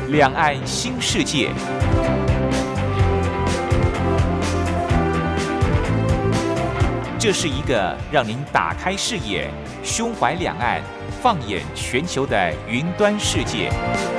两岸新世界。这是一个让您打开视野、胸怀两岸、放眼全球的云端世界。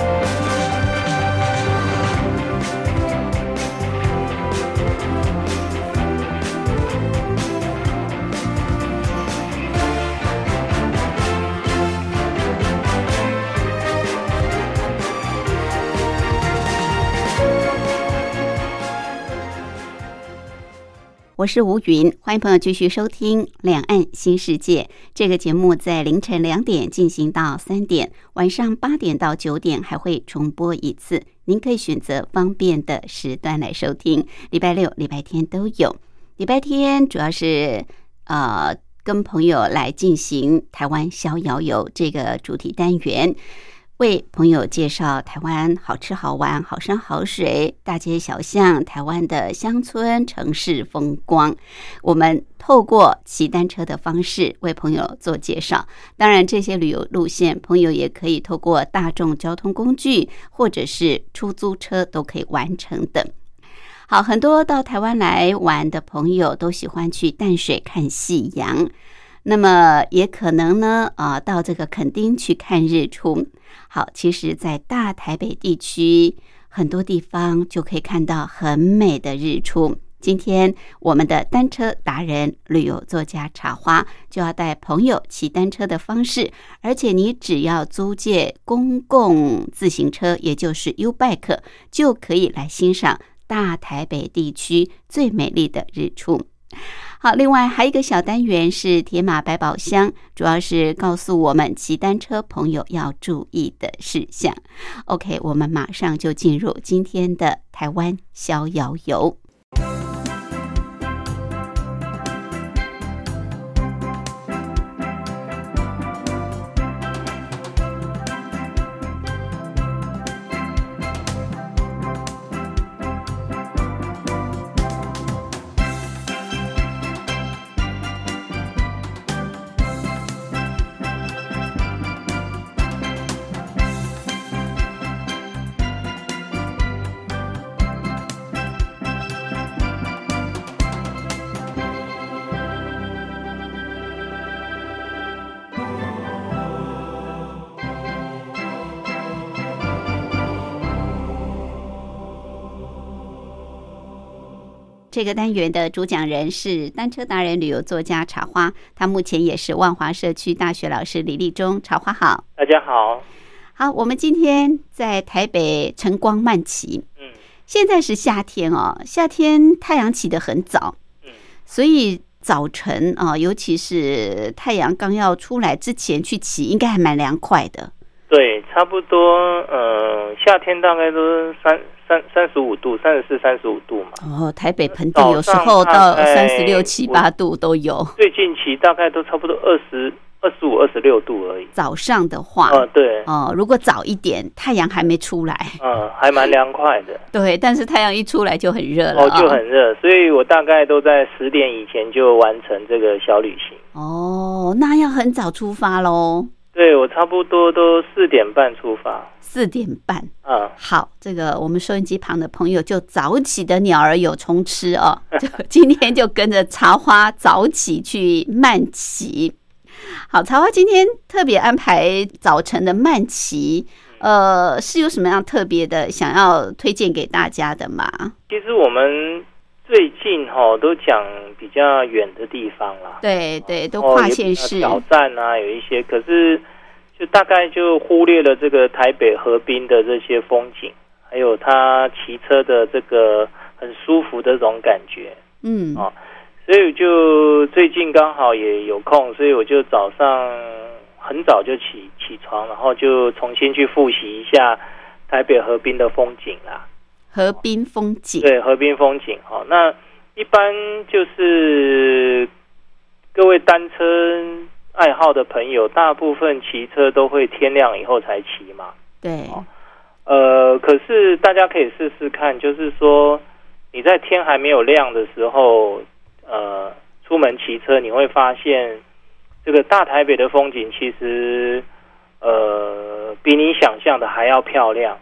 我是吴云，欢迎朋友继续收听《两岸新世界》这个节目，在凌晨2点进行到3点，晚上8点到9点还会重播一次，您可以选择方便的时段来收听，礼拜六、礼拜天都有。礼拜天主要是跟朋友来进行台湾逍遥游这个主题单元，为朋友介绍台湾好吃好玩好山好水大街小巷，台湾的乡村城市风光，我们透过骑单车的方式为朋友做介绍。当然这些旅游路线朋友也可以透过大众交通工具或者是出租车都可以完成的。好，很多到台湾来玩的朋友都喜欢去淡水看夕阳，那么也可能呢到这个垦丁去看日出。好，其实在大台北地区很多地方就可以看到很美的日出。今天我们的单车达人旅游作家茶花就要带朋友骑单车的方式，而且你只要租借公共自行车，也就是 U-Bike， 就可以来欣赏大台北地区最美丽的日出。好，另外还有一个小单元是铁马百宝箱，主要是告诉我们骑单车朋友要注意的事项。 OK， 我们马上就进入今天的台湾逍遥游。这个单元的主讲人是单车达人旅游作家茶花，他目前也是万华社区大学老师李立忠。茶花好。 大家好。 好，我们今天在台北晨光慢骑。现在是夏天哦，夏天太阳起得很早，所以早晨尤其是太阳刚要出来之前去骑，应该还蛮凉快的。 对，差不多夏天大概都是35度34、35度嘛。 台北盆地有时候到36、7、8度都有。最近期大概都差不多25、26度而已。 早上的话， 对， 如果早一点，太阳还没出来， 还蛮凉快的。 对，但是太阳一出来就很热了， 就很热，所以我大概都在10点以前就完成这个小旅行。 那要很早出发咯。 对，我差不多都4点半出发。 4点半。好，这个我们收音机旁的朋友就早起的鸟儿有虫吃哦。今天就跟着茶花早起去慢骑。好，茶花今天特别安排早晨的慢骑，是有什么样特别的想要推荐给大家的吗？ 其实我们最近都讲比较远的地方啦，对对，都跨县市挑战啊，有一些，可是就大概就忽略了这个台北河滨的这些风景，还有他骑车的这个很舒服的这种感觉，所以就最近刚好也有空，所以我就早上很早就起床，然后就重新去复习一下台北河滨的风景啦。 河滨风景， 对，河滨风景。那一般就是各位单车爱好的朋友，大部分骑车都会天亮以后才骑嘛。 对。 可是大家可以试试看，就是说你在天还没有亮的时候，出门骑车，你会发现这个大台北的风景其实比你想象的还要漂亮。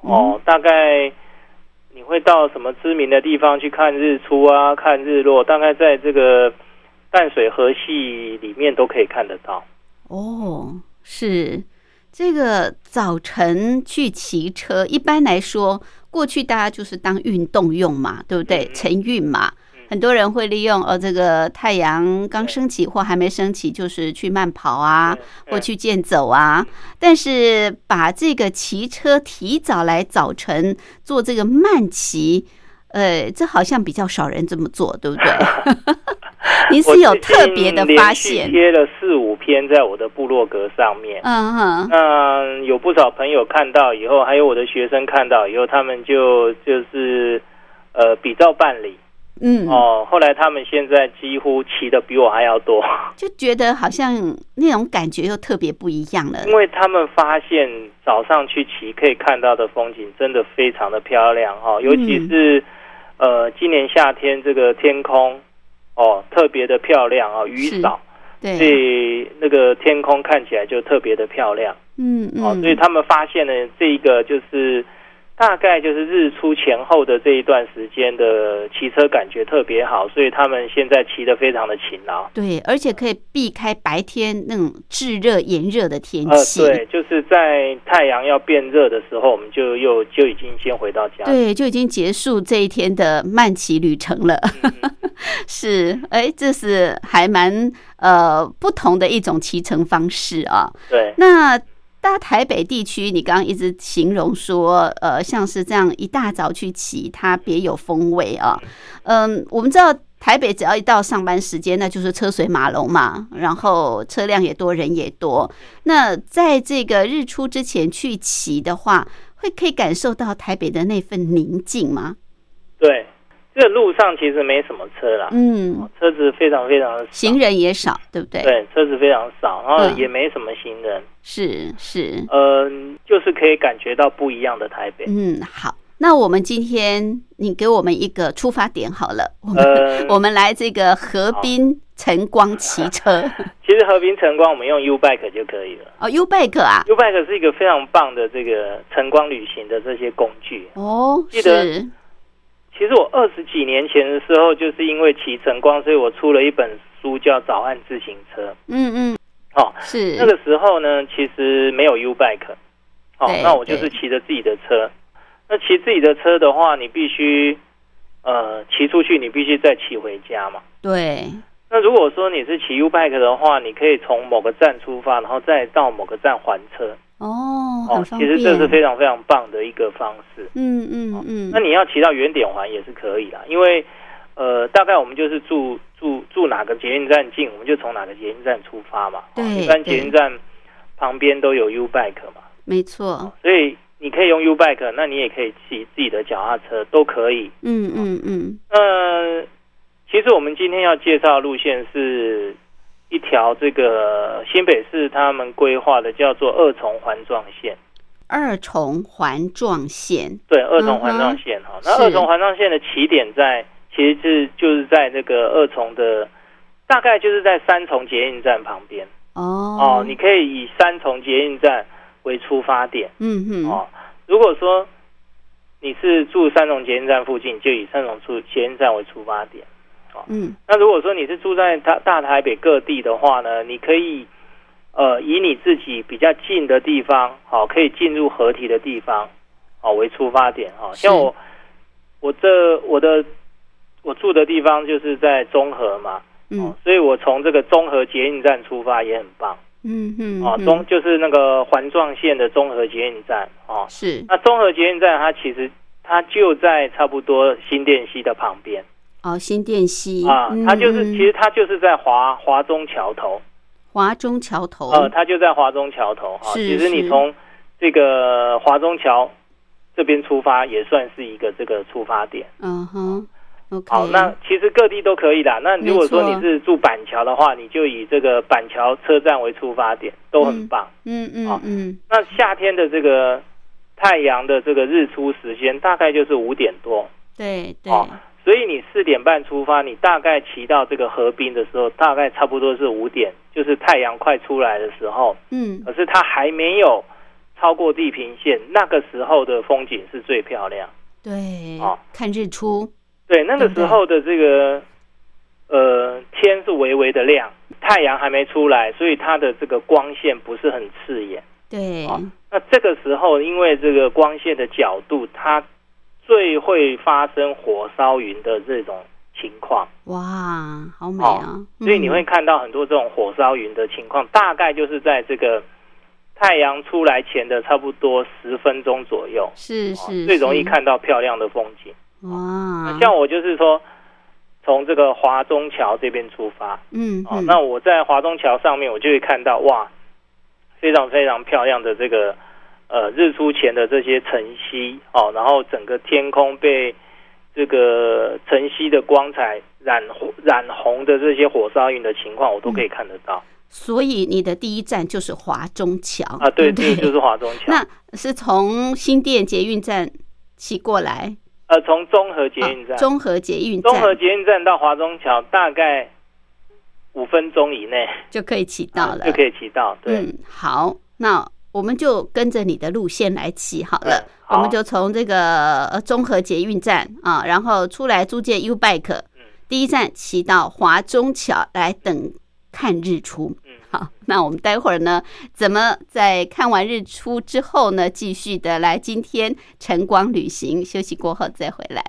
大概你会到什么知名的地方去看日出啊，看日落，大概在这个淡水河系里面都可以看得到。 是这个早晨去骑车，一般来说过去大家就是当运动用嘛，对不对？晨运嘛，很多人会利用这个太阳刚升起或还没升起，就是去慢跑啊，或去健走啊。但是把这个骑车提早来早晨做这个慢骑，这好像比较少人这么做，对不对？您是有特别的发现， 贴了4-5篇在我的部落格上面。那有不少朋友看到以后，还有我的学生看到以后，他们就是比照办理。后来他们现在几乎骑的比我还要多， 就觉得好像那种感觉又特别不一样了。 因为他们发现早上去骑可以看到的风景真的非常的漂亮尤其是今年夏天这个天空特别的漂亮雨少，对，所以那个天空看起来就特别的漂亮。所以他们发现了这一个就是大概就是日出前后的这一段时间的骑车感觉特别好，所以他们现在骑得非常的勤劳。 对，而且可以避开白天那种炙热炎热的天气。 对，就是在太阳要变热的时候，我们就已经先回到家。 对，就已经结束这一天的慢骑旅程了。是，这是还蛮不同的一种骑乘方式啊。 对， 那大台北地区，你刚刚一直形容说，像是这样一大早去骑，它别有风味啊。我们知道台北只要一到上班时间，那就是车水马龙嘛，然后车辆也多，人也多。那在这个日出之前去骑的话，可以感受到台北的那份宁静吗？ 对。这个路上其实没什么车啦，车子非常非常的少， 行人也少，对不对？ 对，车子非常少，然后也没什么行人， 是， 就是可以感觉到不一样的台北。 好，那我们今天你给我们一个出发点好了，我们来这个河滨晨光骑车。 其实河滨晨光我们用 U-Bike 就可以了。 U-Bike 啊 ，U-Bike 是一个非常棒的这个晨光旅行的这些工具。记得。其实我20几年前的时候，就是因为骑晨光，所以我出了一本书叫《早安自行车》。 是那个时候呢，其实没有 U-Bike。那我就是骑着自己的车。那骑自己的车的话，你必须骑出去，你必须再骑回家嘛。 对。 那如果说你是骑 U-Bike 的话，你可以从某个站出发，然后再到某个站还车。 很方便。 其实这是非常非常棒的一个方式。那你要骑到原点还也是可以啦，因为大概我们就是住哪个捷运站近，我们就从哪个捷运站出发嘛。 对， 一般捷运站旁边都有 U-Bike 嘛。 没错。 所以你可以用 U-Bike， 那你也可以骑自己的脚踏车，都可以。其实我们今天要介绍的路线是一条这个新北市他们规划的叫做二重环状线。 二重环状线， 对，二重环状线那二重环状线的起点其实就是在那个二重的，大概就是在三重捷运站旁边。你可以以三重捷运站为出发点。如果说你是住三重捷运站附近，就以三重捷运站为出发点。那如果说你是住在大台北各地的话呢，你可以以你自己比较近的地方，可以进入河堤的地方，为出发点。像我住的地方就是在中和嘛，所以我从这个中和捷运站出发也很棒。就是那个环状线的中和捷运站。 是。 那中和捷运站它就在差不多新店溪的旁边。 新店溪它其实它就是在华中桥头。 华中桥头。 它就在华中桥头。其实你从这个华中桥这边出发，也算是一个这个出发点。 好， 那其实各地都可以的。那如果说你是住板桥的话，你就以这个板桥车站为出发点，都很棒。那夏天的这个太阳的这个日出时间大概就是5点多。 对。 所以你4点半出发，你大概骑到这个河滨的时候，大概差不多是5点，就是太阳快出来的时候。可是它还没有超过地平线，那个时候的风景是最漂亮。 对，看日出。 对，那个时候的这个天是微微的亮，太阳还没出来，所以它的这个光线不是很刺眼。 对， 那这个时候因为这个光线的角度，它最会发生火烧云的这种情况。 哇，好美啊！ 所以你会看到很多这种火烧云的情况，大概就是在这个太阳出来前的差不多10分钟左右， 是最容易看到漂亮的风景。 哇， 像我就是说从这个华中桥这边出发，那我在华中桥上面，我就会看到哇，非常非常漂亮的这个日出前的这些晨曦然后整个天空被这个晨曦的光彩染红的这些火烧云的情况，我都可以看得到。 所以你的第一站就是华中桥啊？对，就是华中桥。 那是从新店捷运站骑过来？ 从中和捷运站， 中和捷运站到华中桥大概5分钟以内就可以骑到了， 就可以骑到。对， 好，那我们就跟着你的路线来骑好了。我们就从这个中和捷运站然后出来租借 U-Bike，第一站骑到华中桥来等看日出。好，那我们待会儿呢，怎么在看完日出之后呢，继续的来今天晨光旅行，休息过后再回来。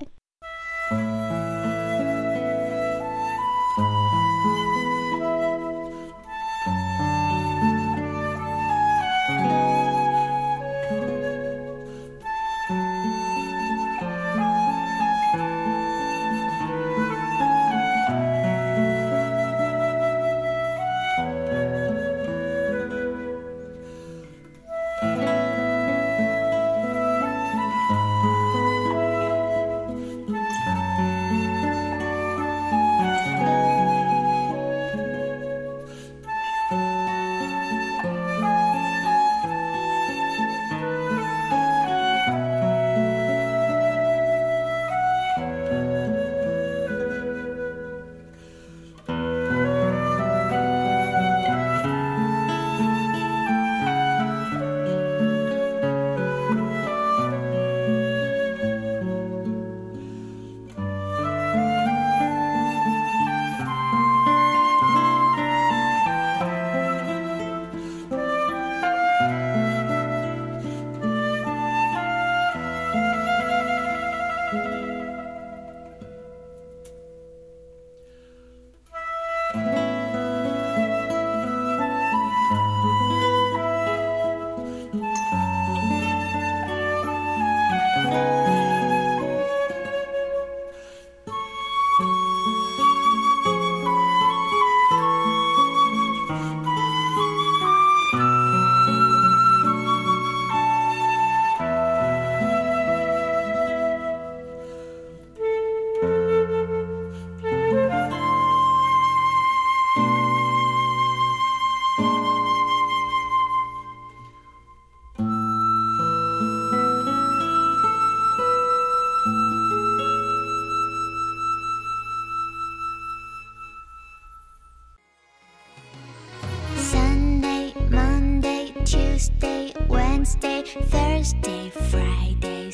Tuesday, Wednesday, Thursday, Friday,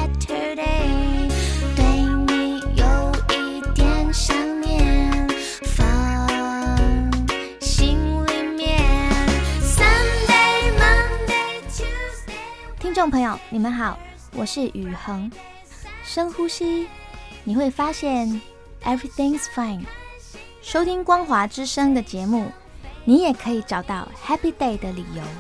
Saturday， 对你有一点想念，放心里面。Sunday, Monday, Tuesday。听众朋友，你们好，我是宇恒。深呼吸，你会发现 everything's fine。收听光华之声的节目，你也可以找到 Happy Day 的理由。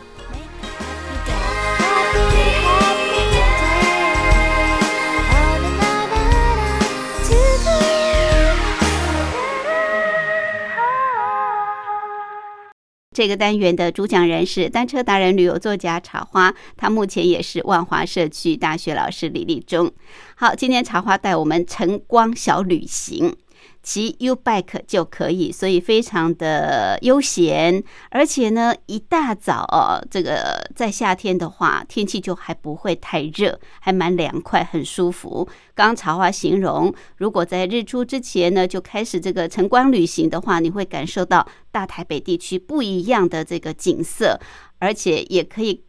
这个单元的主讲人是单车达人、旅游作家茶花，他目前也是万华社区大学老师李立忠。好，今天茶花带我们晨光小旅行，骑 U-Bike 就可以，所以非常的悠闲，而且呢，一大早这个在夏天的话，天气就还不会太热，还蛮凉快，很舒服。刚刚茶花形容，如果在日出之前呢，就开始这个晨光旅行的话，你会感受到大台北地区不一样的这个景色，而且也可以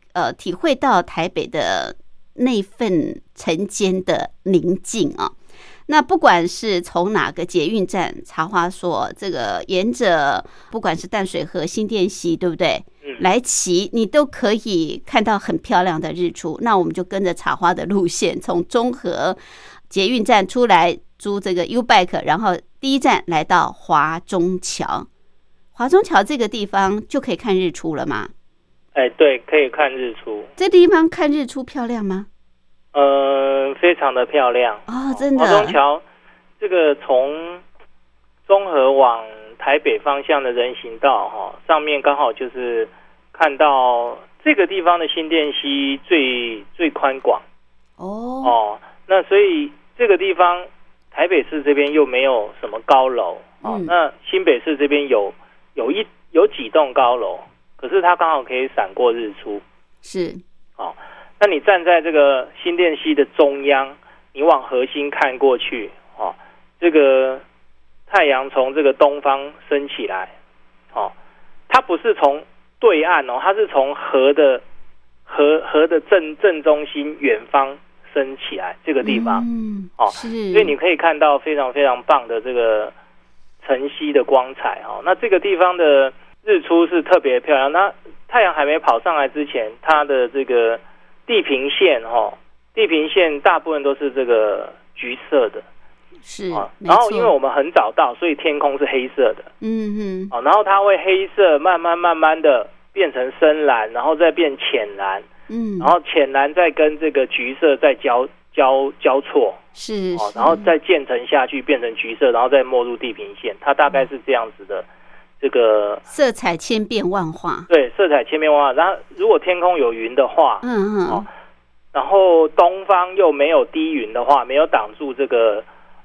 体会到台北的那份晨间的宁静啊。那不管是从哪个捷运站茶花所，这个沿着不管是淡水河、新店溪，对不对？来骑，你都可以看到很漂亮的日出。那我们就跟着茶花的路线，从中和捷运站出来租这个 U-Bike， 然后第一站来到华中桥。华中桥这个地方就可以看日出了吗？ 对，可以看日出。 这地方看日出漂亮吗？ 非常的漂亮哦，真的。 华中桥这个从中和往台北方向的人行道上面刚好就是看到这个地方的新店溪最宽广那所以这个地方台北市这边又没有什么高楼那新北市这边有几栋高楼，可是它刚好可以闪过日出。 是那你站在这个新店溪的中央，你往核心看过去这个太阳从这个东方升起来它不是从对岸它是从河的正中心远方升起来这个地方所以你可以看到非常非常棒的这个晨曦的光彩那这个地方的日出是特别漂亮。那太阳还没跑上来之前，它的这个地平线大部分都是这个橘色的， 是然后因为我们很早到，所以天空是黑色的，然后它会黑色慢慢的变成深蓝，然后再变浅蓝，然后浅蓝再跟这个橘色再交错， 是然后再渐层下去变成橘色，然后再没入地平线，它大概是这样子的。这个色彩千变万化， 对，色彩千变万化。然后如果天空有云的话，然后东方又没有低云的话，没有挡住这个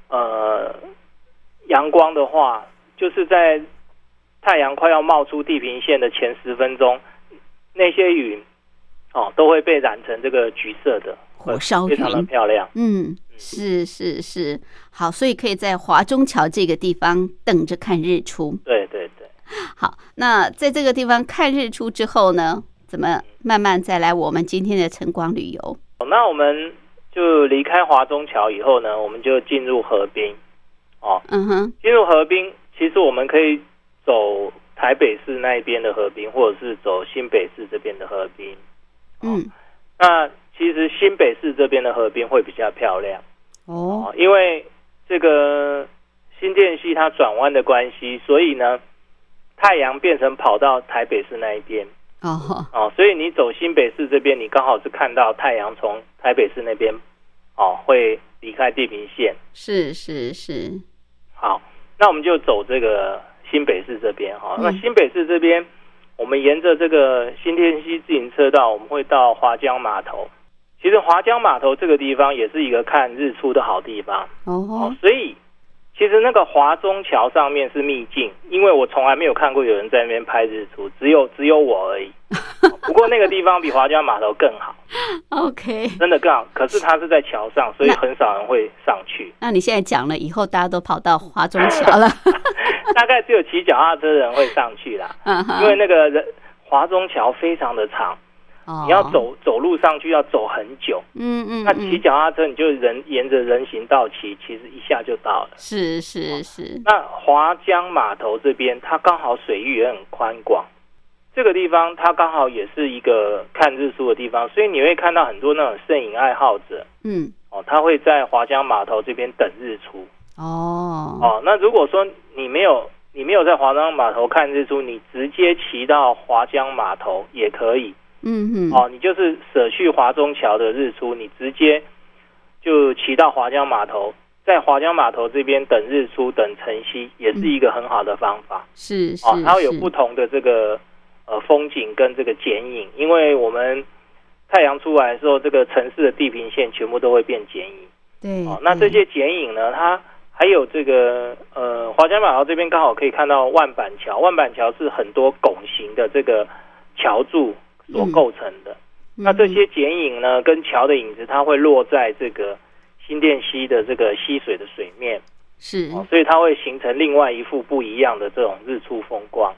阳光的话，就是在太阳快要冒出地平线的前10分钟，那些云都会被染成这个橘色的火烧云， 非常的漂亮。 是好，所以可以在华中桥这个地方等着看日出。 对。 好，那在这个地方看日出之后呢，怎么慢慢再来我们今天的晨光旅游？ 那我们就离开华中桥以后呢，我们就进入河滨进入河滨，其实我们可以走台北市那边的河滨，或者是走新北市这边的河滨那其实新北市这边的河滨会比较漂亮因为这个新店溪它转弯的关系，所以呢太阳变成跑到台北市那一边所以你走新北市这边，你刚好是看到太阳从台北市那边会离开地平线。是。好，那我们就走这个新北市这边那新北市这边，我们沿着这个新店溪自行车道，我们会到华江码头。其实华江码头这个地方也是一个看日出的好地方所以其实那个华中桥上面是秘境，因为我从来没有看过有人在那边拍日出，只有我而已不过那个地方比华江码头更好 OK， 真的更好，可是它是在桥上，所以很少人会上去。 那你现在讲了以后，大家都跑到华中桥了大概只有骑脚踏车的人会上去啦因为那个华中桥非常的长你要走路上去要走很久那骑脚踏车你就沿着人行道骑，其实一下就到了。是那华江码头这边它刚好水域也很宽广，这个地方它刚好也是一个看日出的地方，所以你会看到很多那种摄影爱好者他会在华江码头这边等日出那如果说你没有在华江码头看日出，你直接骑到华江码头也可以你就是舍去华中桥的日出，你直接就骑到华江码头，在华江码头这边等日出等晨曦，也是一个很好的方法。它会有不同的这个风景跟这个剪影，因为我们太阳出来的时候，这个城市的地平线全部都会变剪影。那这些剪影呢，它还有这个华江码头这边刚好可以看到万板桥，万板桥是很多拱形的这个桥柱所构成的那这些剪影呢跟桥的影子，它会落在这个新店溪的这个溪水的水面所以它会形成另外一幅不一样的这种日出风光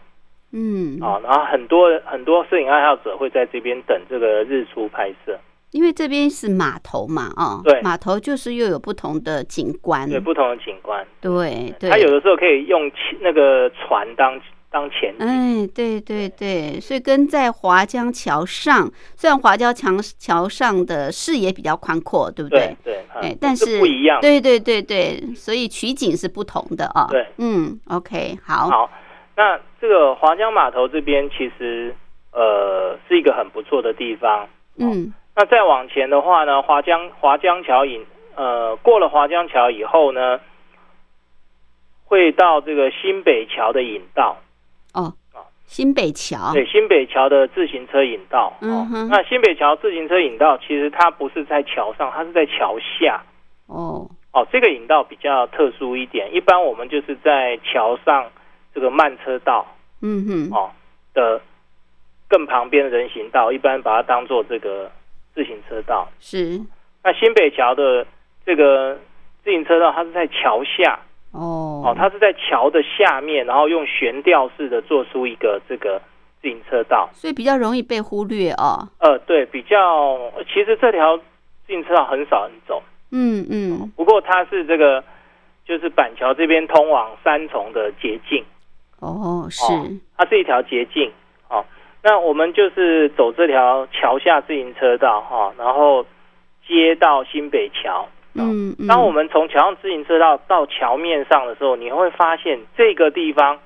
然后很多摄影爱好者会在这边等这个日出拍摄。 因为这边是码头嘛， 对， 码头就是又有不同的景观， 对，不同的景观， 对， 它有的时候可以用那个船当前景， 对，所以跟在华江桥上，虽然华江桥上的视野比较宽阔，对不对？ 对， 但是不一样， 对，所以取景是不同的啊。 对 ，OK， 好， 那这个华江码头这边其实是一个很不错的地方，那再往前的话呢，华江桥过了华江桥以后呢，会到这个新北桥的引道。 新北桥， 对，新北桥的自行车引道。那新北桥自行车引道其实它不是在桥上，它是在桥下。这个引道比较特殊一点，一般我们就是在桥上这个慢车道，的更旁边的人行道，一般把它当做这个自行车道。 是。 那新北桥的这个自行车道，它是在桥下。它是在桥的下面，然后用悬吊式的做出一个这个自行车道， 所以比较容易被忽略哦。 对，其实这条自行车道很少人走。不过它是这个就是板桥这边通往三重的捷径。 是。 它是一条捷径。那我们就是走这条桥下自行车道然后接到新北桥。当我们从桥上自行车道到桥面上的时候，你会发现这个地方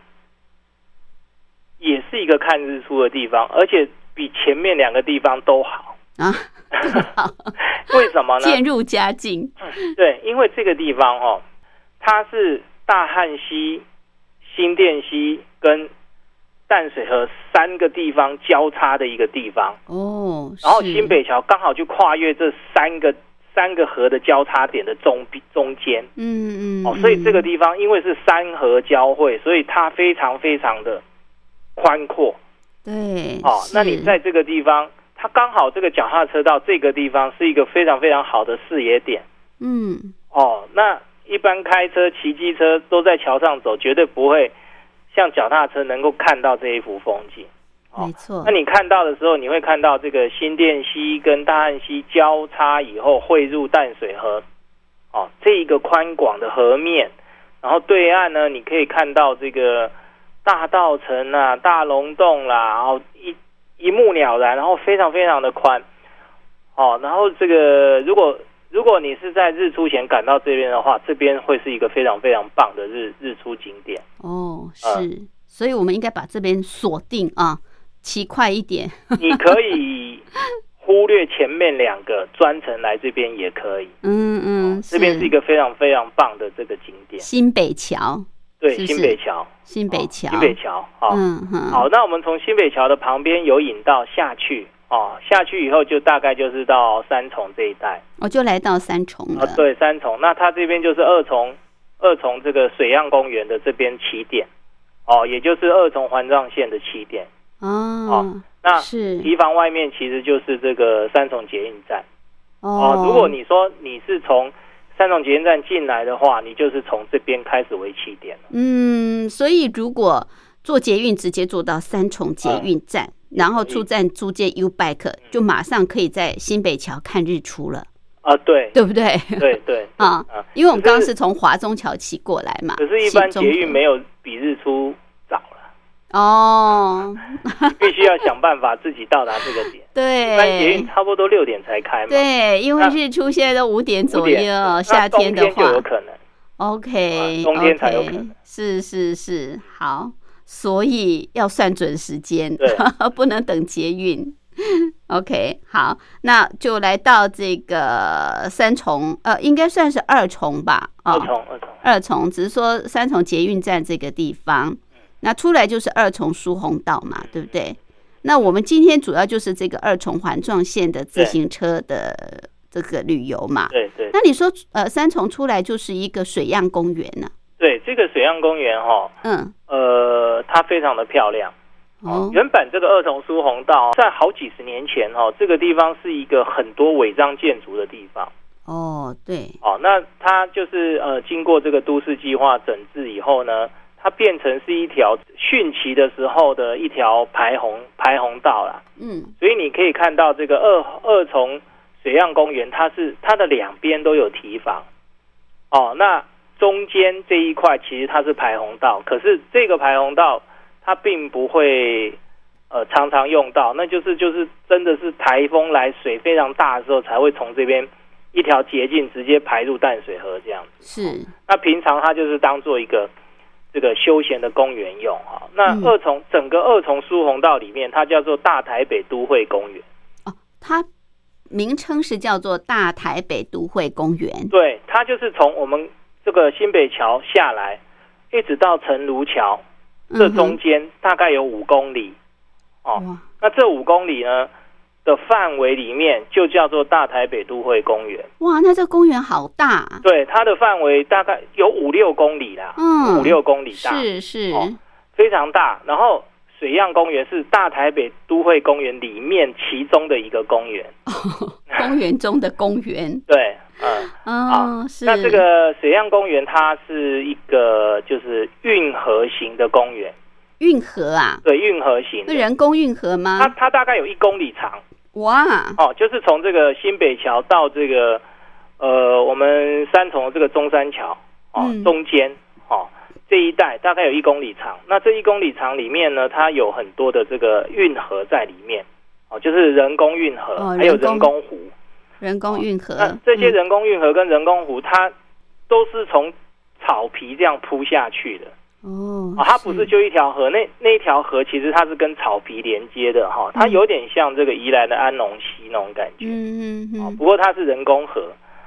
也是一个看日出的地方，而且比前面两个地方都好为什么呢？ 渐入佳境。 对，因为这个地方它是大汉溪、新店溪跟淡水河三个地方交叉的一个地方。然后新北桥刚好就跨越这三个河的交叉点的中间。所以这个地方因为是三河交汇，所以它非常非常的宽阔。 对。 那你在这个地方，它刚好这个脚踏车道这个地方是一个非常非常好的视野点。那一般开车、骑机车都在桥上走，绝对不会像脚踏车能够看到这一幅风景。 没错。 那你看到的时候，你会看到这个新店溪跟大汉溪交叉以后汇入淡水河，这一个宽广的河面，然后对岸呢，你可以看到这个大稻埕啊、大龙洞啦，然后一目了然，然后非常非常的宽。然后这个如果你是在日出前赶到这边的话，这边会是一个非常非常棒的日出景点。 是，所以我们应该把这边锁定骑快一点。 你可以忽略前面两个，专程来这边也可以。这边是一个非常非常棒的这个景点。 新北桥。 对， 是新北桥。好，那我们从新北桥的旁边有引道下去。下去以后就大概就是到三重这一带。 就来到三重了。 对，三重。那它这边就是二重这个水漾公园的这边起点。也就是二重环状线的起点。那堤防外面其实就是这个三重捷运站。如果你说你是从三重捷运站进来的话，你就是从这边开始为起点了。 所以如果坐捷运直接坐到三重捷运站，然后出站租借 U-Bike， 就马上可以在新北桥看日出了。 对不对？ 对因为我们刚刚是从华中桥骑过来嘛。 可是，一般捷运没有比日出早了。你必须要想办法自己到达这个点。 对， 一般捷运差不多6点才开嘛。 对，因为日出现在都5点左右，夏天的话冬天就有可能。 OK， 冬天才有可能。 是，好。所以要算准时间，不能等捷运。OK， 好，那就来到这个三重，应该算是二重吧？二重，只是说三重捷运站这个地方，那出来就是二重疏洪道嘛，对不对？那我们今天主要就是这个二重环状线的自行车的这个旅游嘛。 对。 那你说，三重出来就是一个水漾公园呢？ 对，这个水漾公园它非常的漂亮。原本这个二重疏洪道在好几十年前这个地方是一个很多违章建筑的地方。 对。 那它就是经过这个都市计划整治以后呢， 它变成是一条汛期的时候的一条排洪道啦。所以你可以看到这个二重水漾公园，它的两边都有堤防那中间这一块其实它是排洪道，可是这个排洪道它并不会常常用到，那就是真的是台风来水非常大的时候才会从这边一条捷径直接排入淡水河这样子。是，那平常它就是当做一个这个休闲的公园用那整个二重疏洪道里面，它叫做大台北都会公园。 它名称是叫做大台北都会公园。 对，它就是从我们这个新北桥下来，一直到成庐桥，这中间大概有5公里那这5公里呢的范围里面就叫做大台北都会公园。 哇，那这公园好大对，它的范围大概有5-6公里啦，5-6公里大，是非常大。然后水漾公园是大台北都会公园里面其中的一个公园公园中的公园。 对是。那这个水漾公园它是一个就是运河型的公园。 运河啊？对， 运河型的。 人工运河吗？ 它大概有1公里长。 哇就是从这个新北桥到这个我们三重的这个中山桥中间这一带大概有1公里长。那这1公里长里面呢，它有很多的这个运河在里面就是人工运河，还有人工湖。 人工运河， 那这些人工运河跟人工湖，它都是从草皮这样铺下去的。它不是就一条河，那一条河其实它是跟草皮连接的它有点像这个宜兰的安农溪那种感觉。不过它是人工河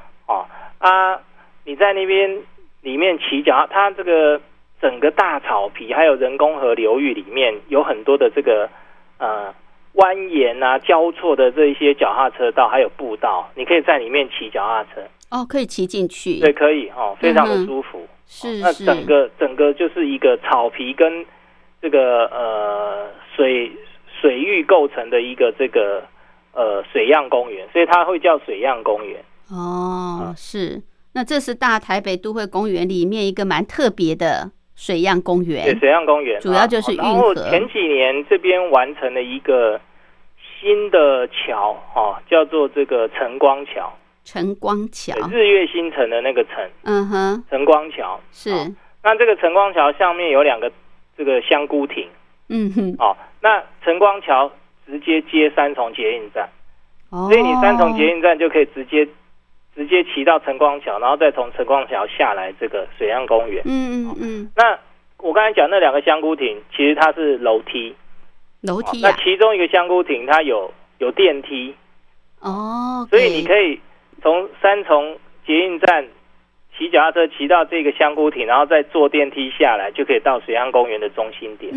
你在那边里面骑脚，它这个整个大草皮还有人工河流域里面有很多的这个蜿蜒交错的这一些脚踏车道还有步道，你可以在里面骑脚踏车可以骑进去。 对，可以非常的舒服。那整个就是一个草皮跟这个水域构成的一个这个水漾公园，所以它会叫水漾公园。 是。那这是大台北都会公园里面一个蛮特别的水漾公园。 对，水漾公园主要就是运河。 然后前几年这边完成了一个新的桥叫做这个晨光桥。 晨光桥， 日月星辰的那个晨。晨光桥是。 那这个晨光桥上面有2个这个香菇亭。那晨光桥直接接三重捷运站。所以你三重捷运站就可以直接骑到晨光桥，然后再从晨光桥下来这个水漾公园。那我刚才讲那2个香菇亭，其实它是楼梯。那其中一个香菇亭它有电梯。所以你可以从三重捷运站骑脚踏车骑到这个香菇亭，然后再坐电梯下来，就可以到水漾公园的中心点。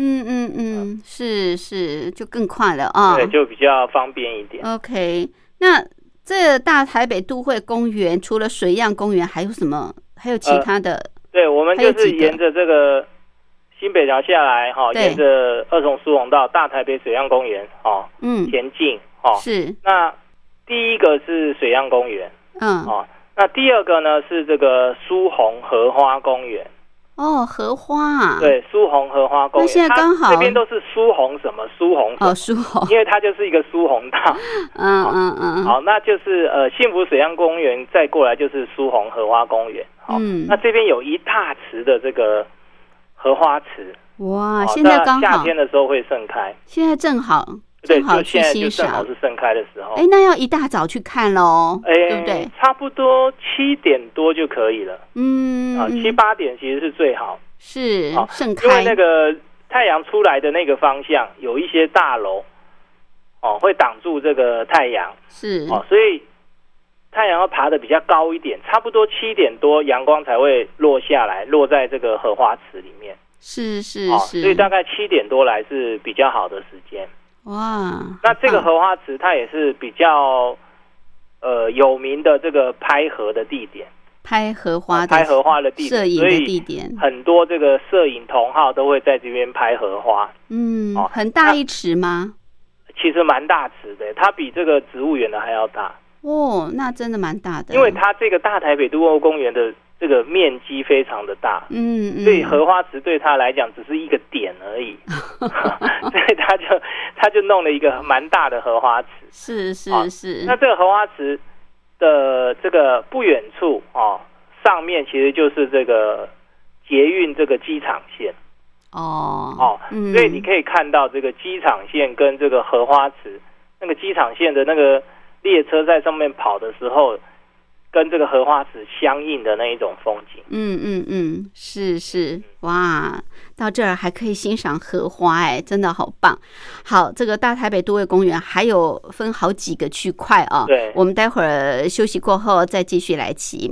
是，就更快了对，就比较方便一点。 OK， 那这大台北都会公园除了水漾公园还有什么？还有其他的？ 对，我们就是沿着这个新北桥下来沿着二重疏洪道大台北水漾公园前进是。 那第一个是水漾公园那第二个呢是这个苏洪荷花公园。 荷花对，苏洪荷花公园。那现在刚好这边都是苏洪什么苏洪什么苏洪， 因为它就是一个苏洪道。好，那就是幸福水漾公园，再过来就是苏洪荷花公园。那这边有一大池的这个荷花池。 哇，现在刚好夏天的时候会盛开。 现在正好去欣赏， 正好是盛开的时候。 那要一大早去看咯，对不对？ 差不多7点多就可以了。7、8点其实是最好。 是盛开， 因为那个太阳出来的那个方向有一些大楼会挡住这个太阳。 是所以太阳要爬得比较高一点，差不多7点多阳光才会落下来，落在这个荷花池里面。 是， 所以大概7点多来是比较好的时间。 哇， 那这个荷花池它也是比较有名的这个拍荷的地点， 拍荷花的地点， 摄影的地点， 很多这个摄影同好都会在这边拍荷花。 很大一池吗？ 其实蛮大池的，它比这个植物园的还要大。 那真的蛮大的。 因为它这个大台北都会公园的这个面积非常的大，所以荷花池对他来讲只是一个点而已，所以他就弄了一个蛮大的荷花池。 是。 那这个荷花池的这个不远处上面其实就是这个捷运这个机场线。所以你可以看到这个机场线跟这个荷花池，那个机场线的那个列车在上面跑的时候，跟这个荷花池相应的那一种风景。 是，哇，到这儿还可以欣赏荷花，真的好棒。好，这个大台北都会公园还有分好几个区块啊。 对， 我们待会儿休息过后再继续来骑。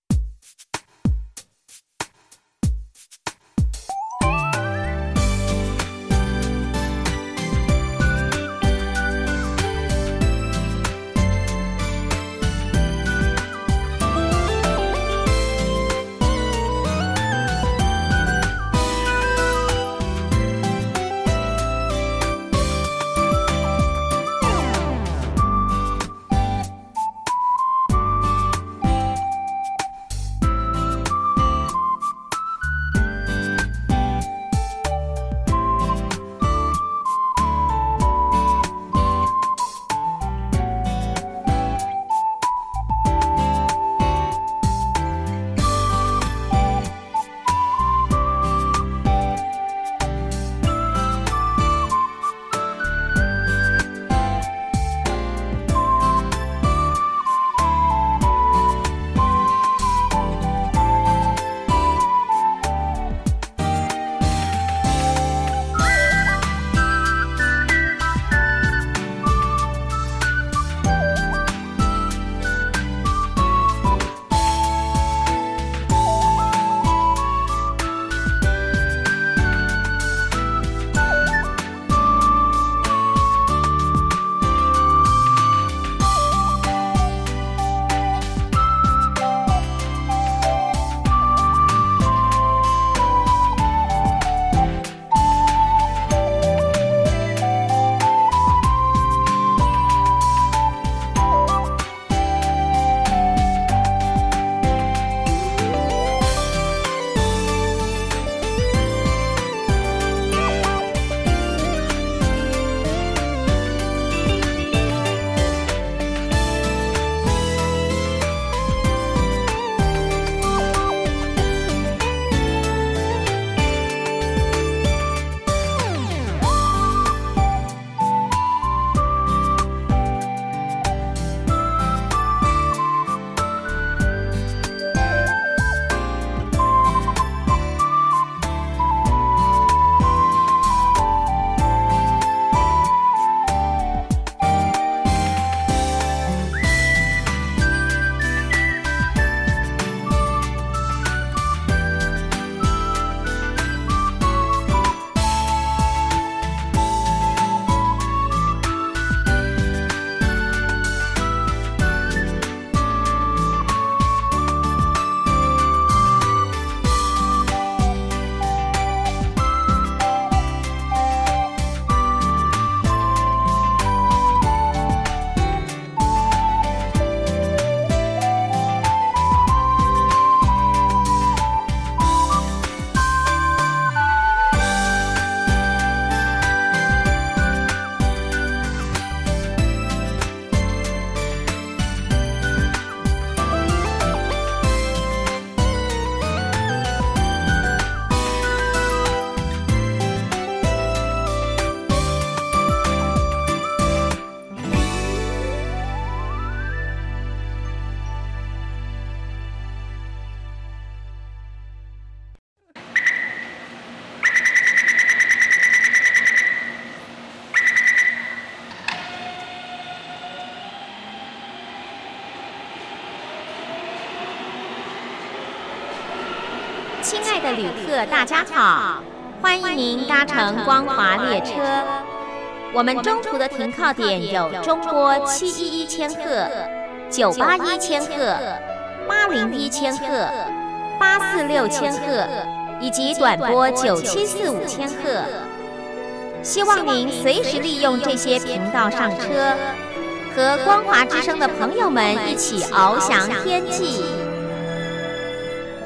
亲爱的旅客，大家好，欢迎您搭乘光华列车。我们中途的停靠点有中波711千赫、981千赫、801千赫、846千赫以及短波9745千赫。希望您随时利用这些频道上车，和光华之声的朋友们一起翱翔天际。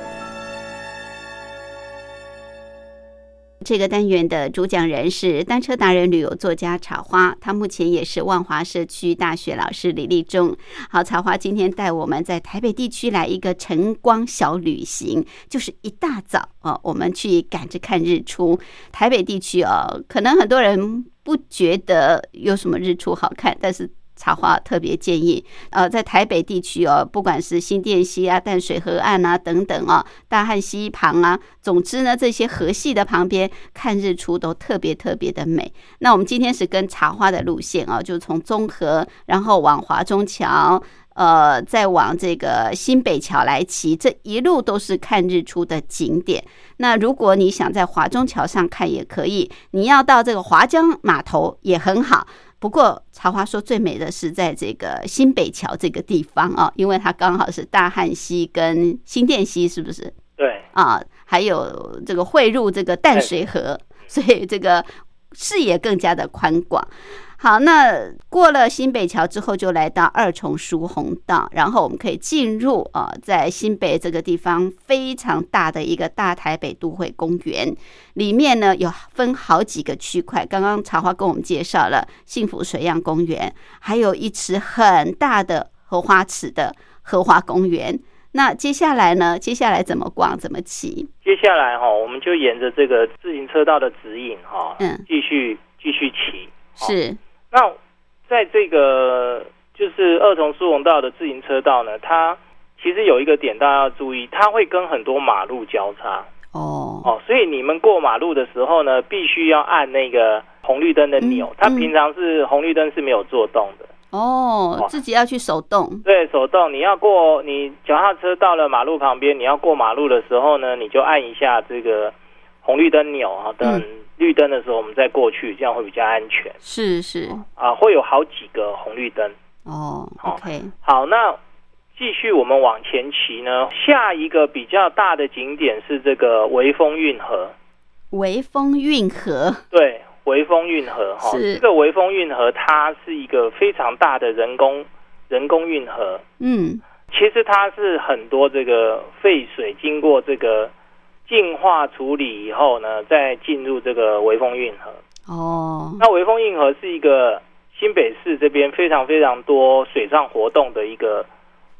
这个单元的主讲人是单车达人、旅游作家茶花，他目前也是万华社区大学老师李立忠。好，茶花今天带我们在台北地区来一个晨光小旅行，就是一大早我们去赶着看日出。台北地区可能很多人不觉得有什么日出好看，但是茶花特别建议在台北地区不管是新店溪啊、淡水河岸啊等等大汉溪旁啊，总之呢这些河系的旁边看日出都特别特别的美。那我们今天是跟茶花的路线就从中和然后往华中桥再往这个新北桥来骑，这一路都是看日出的景点。那如果你想在华中桥上看也可以，你要到这个华江码头也很好。不过茶花说最美的是在这个新北桥这个地方因为它刚好是大汉溪跟新店溪，是不是？ 对还有这个汇入这个淡水河，所以这个视野更加的宽广。好，那过了新北桥之后就来到二重疏洪道，然后我们可以进入在新北这个地方非常大的一个大台北都会公园，里面呢有分好几个区块，刚刚茶花跟我们介绍了幸福水漾公园，还有一池很大的荷花池的荷花公园。那接下来呢？接下来怎么逛？怎么骑？ 接下来我们就沿着这个自行车道的指引继续骑。 是。 那在这个就是二重疏洪道的自行车道呢，它其实有一个点大家要注意，它会跟很多马路交叉所以你们过马路的时候呢，必须要按那个红绿灯的钮，它平常是红绿灯是没有做动的自己要去手动。 对，手动。你要过，你脚踏车到了马路旁边，你要过马路的时候呢，你就按一下这个红绿灯钮等绿灯的时候我们再过去，这样会比较安全。 是会有好几个红绿灯 OK。 好，那继续我们往前骑呢，下一个比较大的景点是这个微风运河。 微风运河， 对，微风运河这个微风运河它是一个非常大的人工运河。其实它是很多这个废水经过这个净化处理以后呢，再进入这个微风运河。那微风运河是一个新北市这边非常非常多水上活动的一个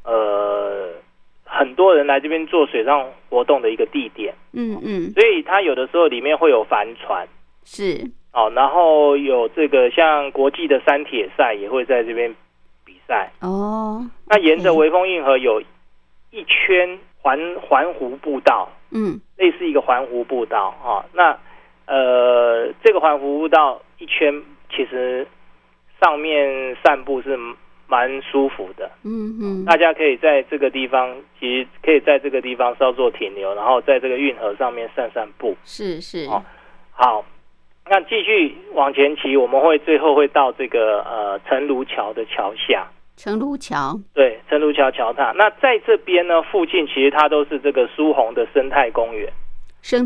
很多人来这边做水上活动的一个地点。所以它有的时候里面会有帆船， 是然后有这个像国际的山铁赛也会在这边比赛。那沿着微风运河有一圈环湖步道。类似一个环湖步道那这个环湖步道一圈其实上面散步是蛮舒服的。大家可以在这个地方，其实可以在这个地方稍作停留，然后在这个运河上面散步。 是好，那继续往前骑，我们最后会到这个陈如桥的桥下。 陈如桥， 对，陈如桥桥塔。那在这边呢，附近其实它都是这个疏洪的生态公园。你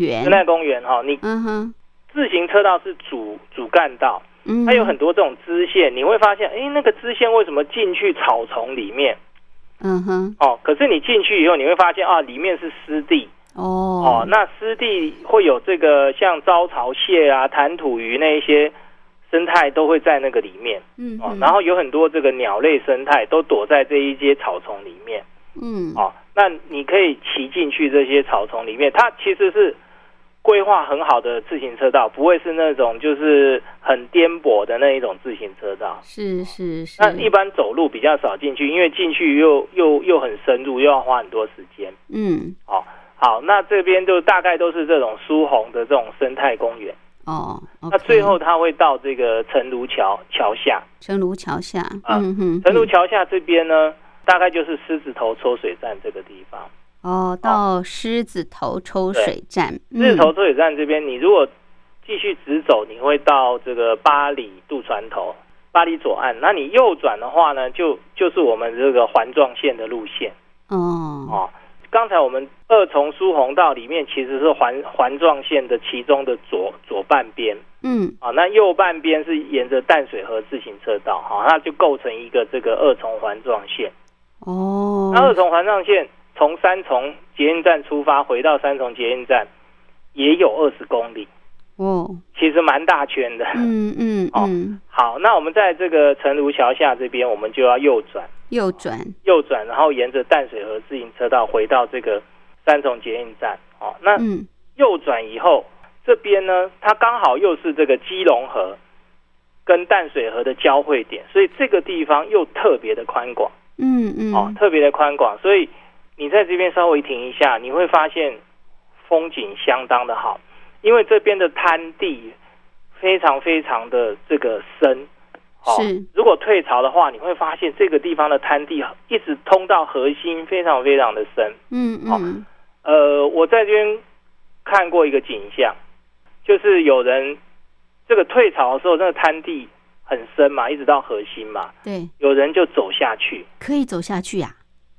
自行车道是主干道，它有很多这种支线，你会发现，那个支线为什么进去草丛里面？可是你进去以后，你会发现里面是湿地。那湿地会有这个像招潮蟹啊、弹土鱼那一些生态都会在那个里面。然后有很多这个鸟类生态都躲在这一些草丛里面。那你可以骑进去这些草丛里面，它其实是规划很好的自行车道，不会是那种就是很颠簸的那一种自行车道。 是。 那一般走路比较少进去，因为进去又很深入，又要花很多时间。好，那这边就大概都是这种疏洪的这种生态公园。那最后它会到这个陈如桥下。陈如桥下这边呢，大概就是狮子头抽水站这个地方。 到狮子头抽水站。 狮子头抽水站这边，你如果继续直走，你会到这个八里渡船头，八里左岸。那你右转的话呢，就是我们这个环状线的路线。刚才我们二重疏洪道里面其实是环状线的其中的左半边。那右半边是沿着淡水河自行车道，那就构成一个这个二重环状线。那二重环状线从三重捷运站出发，回到三重捷运站， 也有20公里哦，其实蛮大圈的。好，那我们在这个成如桥下这边，我们就要右转，然后沿着淡水河自行车道回到这个三重捷运站。那右转以后，这边呢，它刚好又是这个基隆河跟淡水河的交汇点，所以这个地方又特别的宽广。特别的宽广，所以你在这边稍微停一下，你会发现风景相当的好，因为这边的滩地非常非常的这个深。是，如果退潮的话，你会发现这个地方的滩地一直通到河心，非常非常的深。我在这边看过一个景象，就是有人这个退潮的时候，那个滩地很深嘛，一直到河心嘛。对，有人就走下去。 可以走下去啊？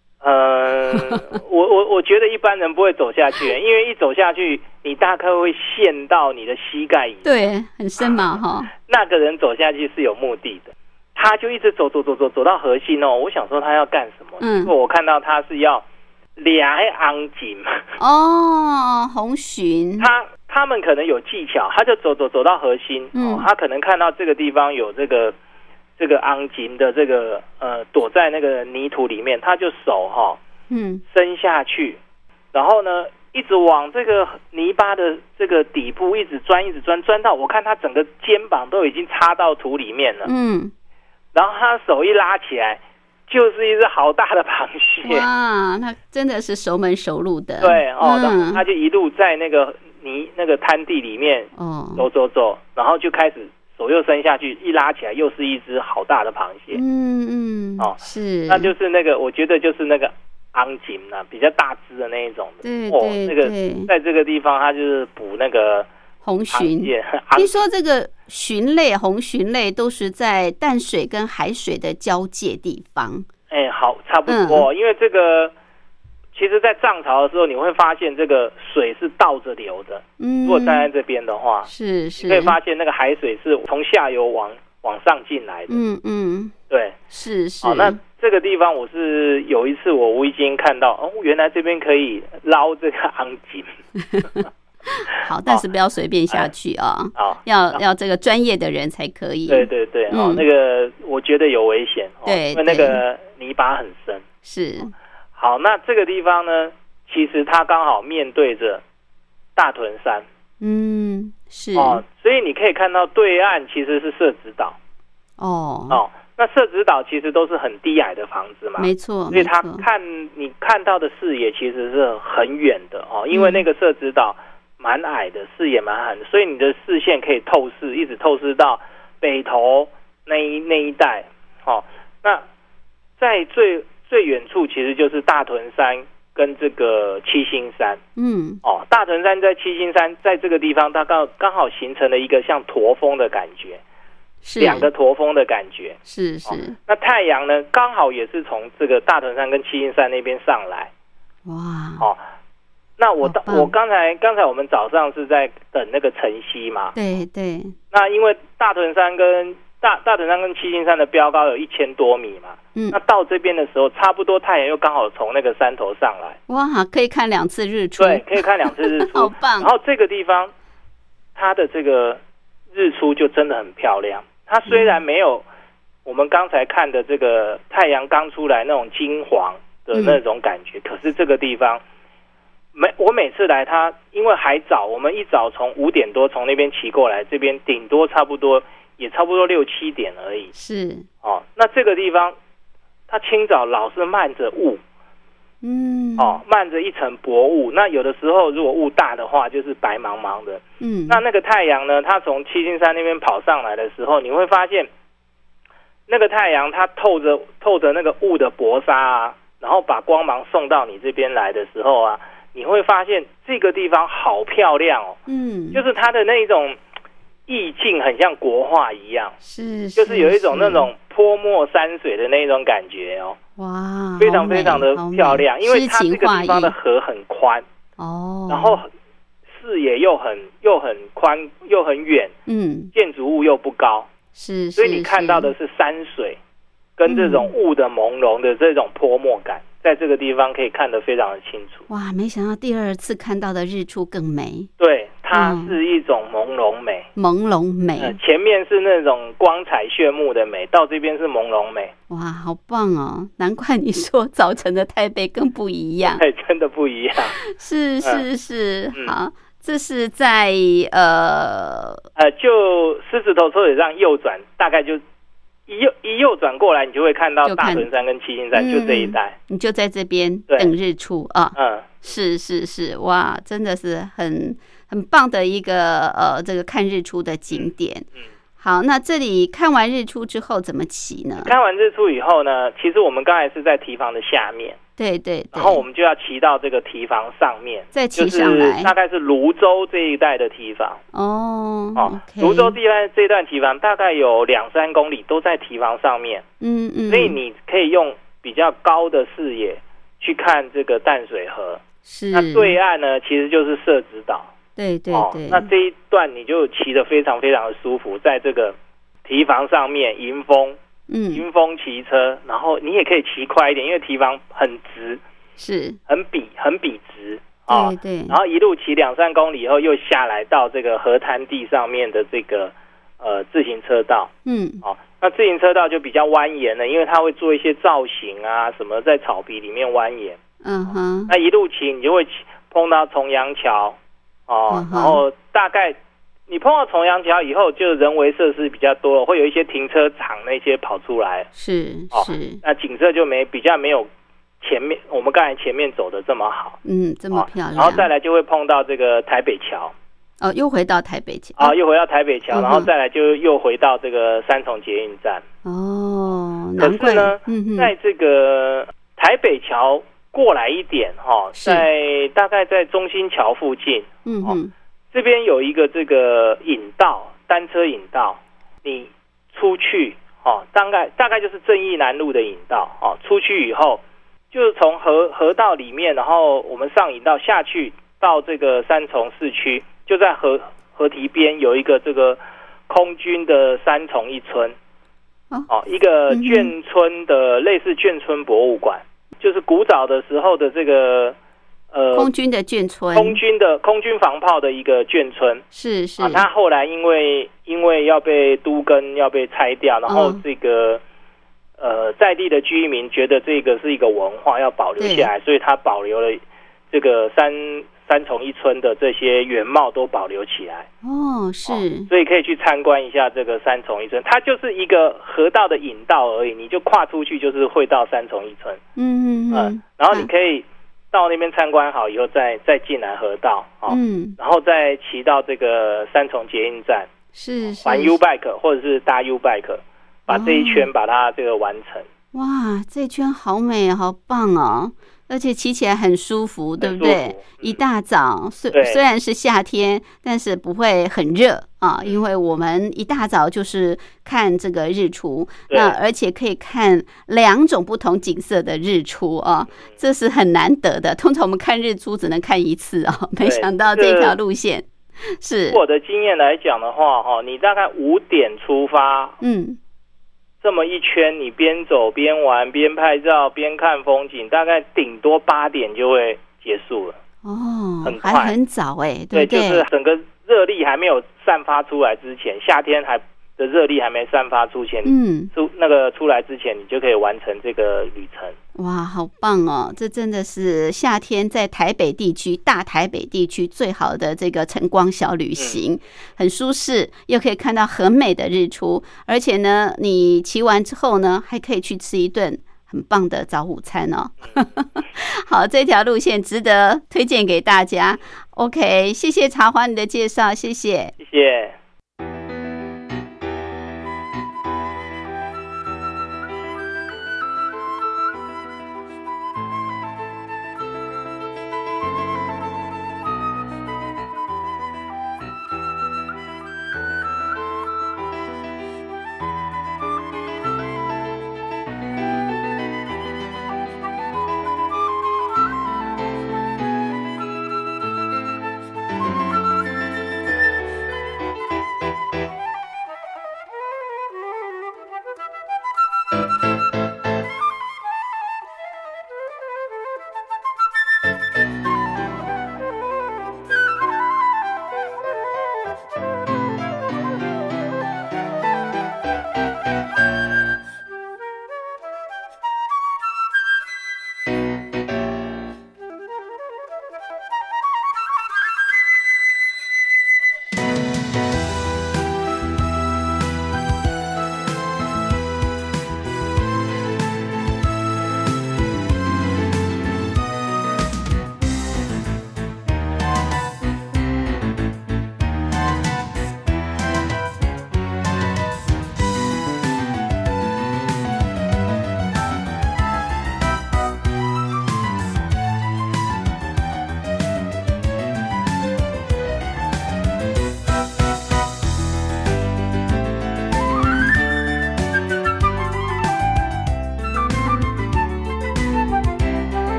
我觉得一般人不会走下去，因为一走下去，你大概会陷到你的膝盖以上。 对，很深嘛， 那个人走下去是有目的的，他就一直走到河心哦。我想说他要干什么？结果我看到他是要俩昂景红鲟。 他们可能有技巧，他就走到河心，他可能看到这个地方有这个昂景的这个躲在那个泥土里面，他就手伸下去，然后呢一直往这个泥巴的这个底部一直钻到我看他整个肩膀都已经插到土里面了。然后他手一拉起来，就是一只好大的螃蟹。 哇，那真的是熟门熟路的。 对然后他就一路在那个滩地里面走，然后就开始手又伸下去，一拉起来又是一只好大的螃蟹。是，那就是那个我觉得就是那个昂景啊，比较大只的那一种的。对，那个在这个地方它就是捕那个红鲟。听说这个红鲟类都是在淡水跟海水的交界地方。 好，差不多。因为这个其实在涨潮的时候你会发现这个水是倒着流的。如果站在这边的话，是你可以发现那个海水是从下游往上进来的。对，是。好，那这个地方我是有一次我无意间看到，原来这边可以捞这个昂景。 好，但是不要随便下去啊！要这个专业的人才可以。 对，那个我觉得有危险。对，因为那个泥巴很深。是。好，那这个地方呢，其实它刚好面对着大屯山。是。所以你可以看到对岸其实是社子岛。那社子岛其实都是很低矮的房子嘛。 没错。 所以你看到的视野其实是很远的因为那个社子岛蛮矮的，视野蛮矮的，所以你的视线可以透视，一直透视到北投那一带。那在最远处其实就是大屯山跟这个七星山。大屯山在七星山在这个地方它刚好形成了一个像驼峰的感觉，两个驼峰的感觉。是。那太阳呢刚好也是从这个大屯山跟七星山那边上来。哇。那我刚才我们早上是在等那个晨曦嘛。对。那因为大屯山跟七星山的标高有1000多米嘛。那到这边的时候，差不多太阳又刚好从那个山头上来。哇，可以看2次日出。对，可以看2次日出。好棒。然后这个地方，它的这个日出就真的很漂亮。它虽然没有我们刚才看的这个太阳刚出来那种金黄的那种感觉，可是这个地方。我每次来它因为还早，我们一早从5点多从那边骑过来，这边顶多差不多6、7点而已。是。那这个地方它清早老是漫着雾。漫着一层薄雾。那有的时候如果雾大的话就是白茫茫的。那个太阳呢，它从七星山那边跑上来的时候，你会发现那个太阳它透着那个雾的薄纱啊，然后把光芒送到你这边来的时候啊，你会发现这个地方好漂亮哦。就是它的那种意境很像国画一样。就是有一种那种泼墨山水的那种感觉哦。哇，非常非常的漂亮。因为它这个地方的河很宽。然后视野又很宽又很远。建筑物又不高。所以你看到的是山水跟这种雾的朦胧的这种泼墨感，在这个地方可以看得非常的清楚。哇， 没想到第2次看到的日出更美。 对， 它是一种朦胧美。 朦胧美， 前面是那种光彩炫目的美，到这边是朦胧美。 哇，好棒哦！难怪你说早晨的台北更不一样。 对，真的不一样。 是，好，这是在就狮子头抽水站右转，大概就一右转过来，你就会看到大屯山跟七星山，就这一带。你就在这边等日出啊。是，哇，真的是很棒的一个这个看日出的景点。好，那这里看完日出之后怎么骑呢？ 看完日出以后呢，其实我们刚才是在堤防的下面， 对， 然后我们就要骑到这个堤防上面， 再骑上来， 就是大概是泸州这一带的堤防。泸州这一段堤防大概有2-3公里都在堤防上面。所以你可以用比较高的视野去看这个淡水河。 是， 那对岸呢，其实就是社子岛。 对， 那这一段你就骑得非常非常的舒服，在这个堤防上面迎风骑车，然后你也可以骑快一点，因为堤防很直， 是很笔直。 对， 然后一路骑2-3公里以后，又下来到这个河滩地上面的这个自行车道。那自行车道就比较蜿蜒了，因为它会做一些造型啊什么，在草皮里面蜿蜒。那一路骑你就会碰到重阳桥。然后大概你碰到重阳桥以后，就人为设施比较多了，会有一些停车场那些跑出来。 是， 那景色就比较没有前面我们刚才前面走的这么好。 这么漂亮。 然后再来就会碰到这个台北桥。 又回到台北桥。 又回到台北桥，然后再来就又回到这个三重捷运站。可是呢，在这个台北桥过来一点在大概在中心桥附近，这边有一个这个引道，单车引道，你出去大概就是正义南路的引道出去以后，就是从河道里面，然后我们上引道下去到这个三重市区，就在河堤边有一个这个空军的三重一村，一个眷村的类似眷村博物馆。就是古早的时候的这个空军的眷村， 空军防炮的一个眷村。 是它后来因为要被都更要被拆掉，然后这个在地的居民觉得这个是一个文化要保留下来，所以他保留了这个三重一村的这些原貌都保留起来。所以可以去参观一下这个三重一村，它就是一个河道的引道而已，你就跨出去就是会到三重一村。然后你可以到那边参观好以后再进来河道然后再骑到这个三重捷运站，环 U bike 或者是搭 U bike， 把这一圈把它这个完成。 哇，这一圈好美，好棒哦！而且骑起来很舒服，对不对？一大早，虽然是夏天，但是不会很热因为我们一大早就是看这个日出，那而且可以看2种不同景色的日出这是很难得的。通常我们看日出只能看一次没想到这条路线是。 我的经验来讲的话你大概5点出发，这么一圈，你边走边玩边拍照边看风景，大概顶多8点就会结束了。很快， 还很早对不对？ 就是整个热力还没有散发出来之前，夏天的热力还没散发出前，出来之前，你就可以完成这个旅程。 哇，好棒哦！这真的是夏天在台北地区、大台北地区最好的这个晨光小旅行，很舒适，又可以看到很美的日出，而且呢，你骑完之后呢，还可以去吃一顿很棒的早午餐好，这条路线值得推荐给大家。OK， 谢谢茶花你的介绍，谢谢。 谢谢。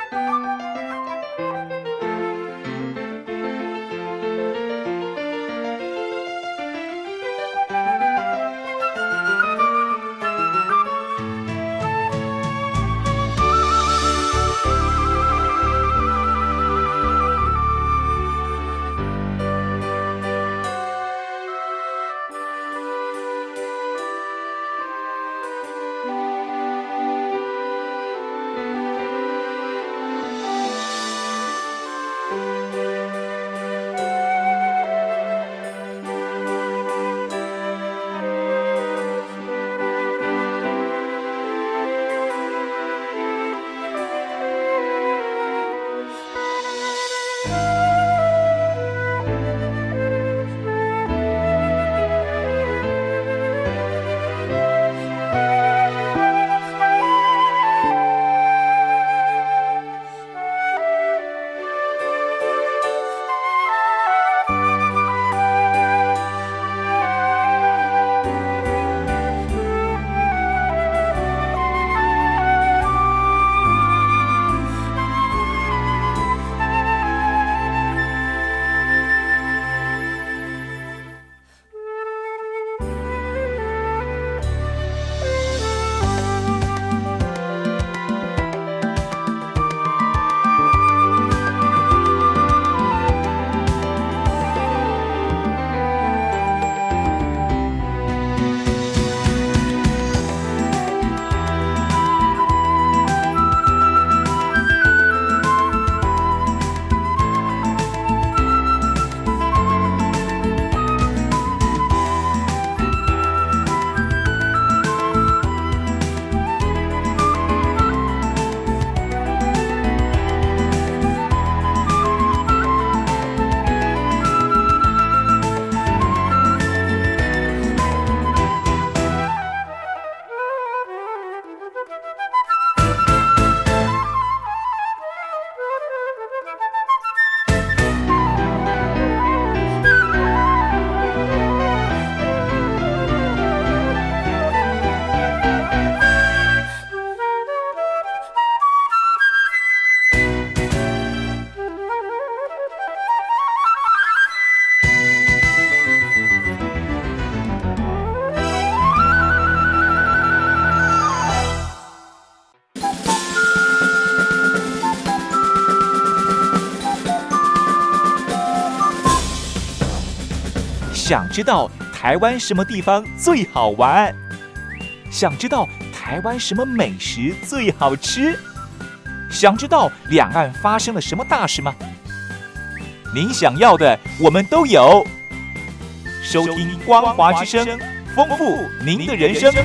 想知道台湾什么地方最好玩？想知道台湾什么美食最好吃？想知道两岸发生了什么大事吗？您想要的我们都有。收听光华之声，丰富您的人生。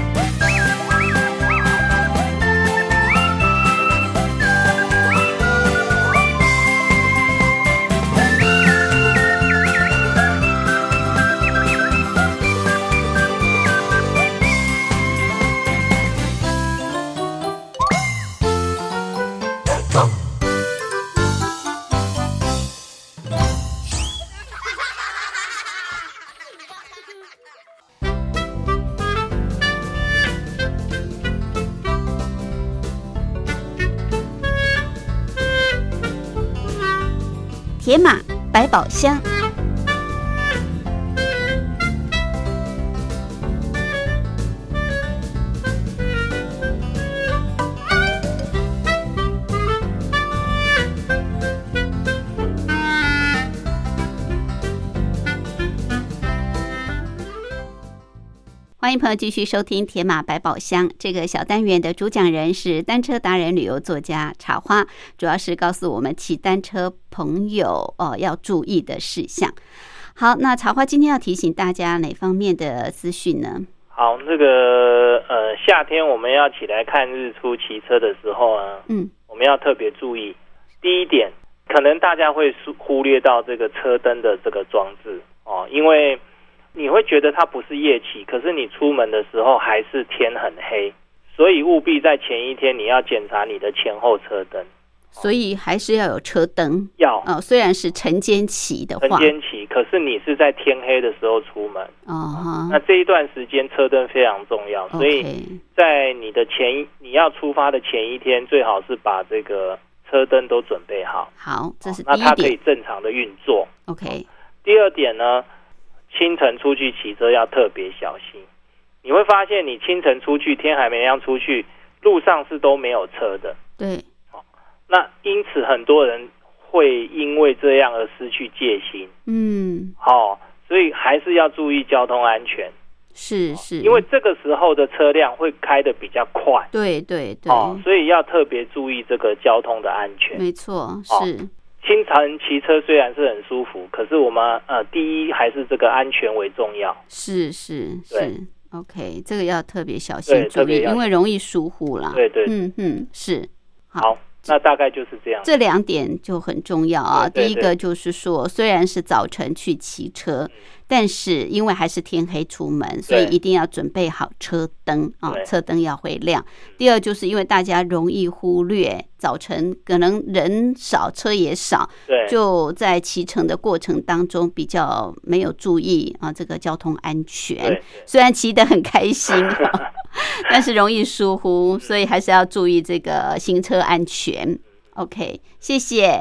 铁马百宝箱。欢迎朋友继续收听铁马百宝箱。这个小单元的主讲人是单车达人、旅游作家茶花，主要是告诉我们骑单车朋友要注意的事项。好，那茶花今天要提醒大家哪方面的资讯呢？ 好，这个夏天我们要起来看日出骑车的时候啊，我们要特别注意。第一点，可能大家会忽略到这个车灯的这个装置哦，因为你会觉得它不是夜骑，可是你出门的时候还是天很黑，所以务必在前一天你要检查你的前后车灯。 所以还是要有车灯， 要虽然是晨间骑的话， 晨间骑，可是你是在天黑的时候出门，那这一段时间车灯非常重要，所以在你要出发的前一天，最好是把这个车灯都准备好。 好，这是第那一点。 它可以正常的运作。 OK。 第二点呢，清晨出去骑车要特别小心。你会发现，你清晨出去，天还没亮出去，路上是都没有车的。 对。 那因此很多人会因为这样而失去戒心。所以还是要注意交通安全。 是， 因为这个时候的车辆会开得比较快。 对， 所以要特别注意这个交通的安全。 没错，是。 清晨骑车虽然是很舒服，可是我们第一还是这个安全为重要。 是 OK， 这个要特别小心注意，因为容易疏忽啦。 对， 是。 好，那大概就是这样。 这2点就很重要啊。第一个就是说，虽然是早晨去骑车，但是因为还是天黑出门，所以一定要准备好车灯啊，车灯要会亮。第二就是因为大家容易忽略，早晨可能人少车也少，就在骑乘的过程当中比较没有注意啊这个交通安全。虽然骑得很开心但是容易疏忽，所以还是要注意这个行车安全。OK， 谢谢。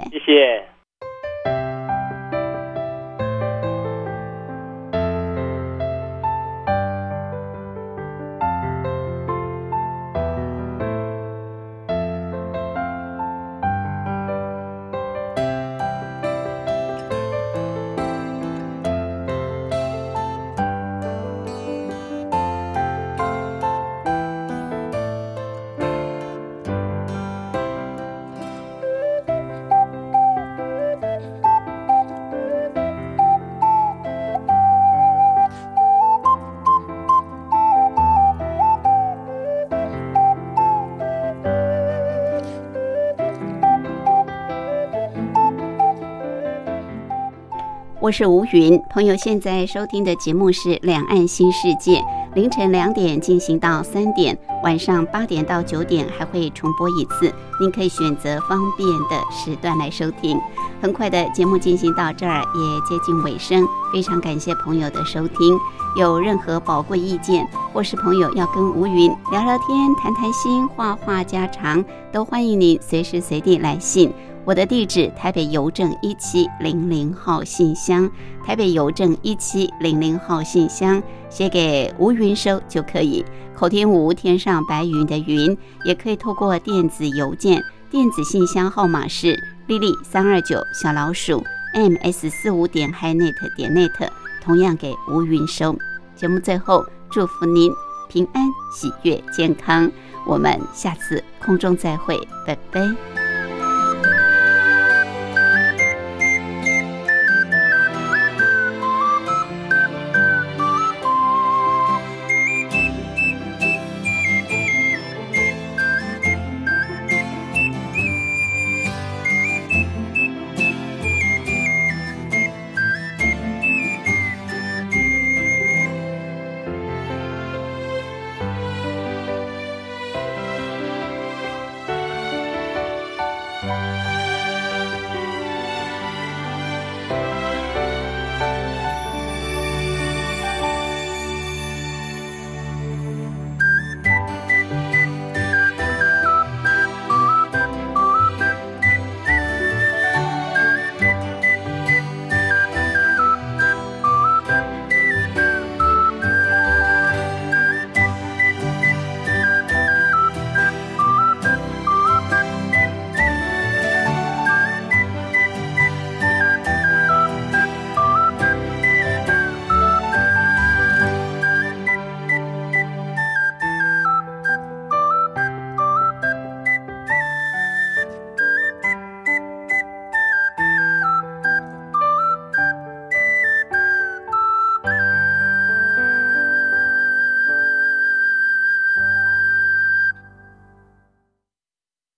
我是吴云，朋友现在收听的节目是两岸新世界，凌晨2点进行到3点，晚上8点到9点还会重播一次，您可以选择方便的时段来收听。很快的节目进行到这儿也接近尾声，非常感谢朋友的收听。有任何宝贵意见，或是朋友要跟吴云聊聊天、谈谈心、话话家常，都欢迎您随时随地来信。我的地址：台北邮政1700号信箱，台北邮政1700号信箱，写给吴云收就可以。口天吴，天上白云的云，也可以透过电子邮件，电子信箱号码是lily329小老鼠ms45.hinet.net， 同样给吴云收。节目最后，祝福您平安、喜悦、健康。我们下次空中再会，拜拜。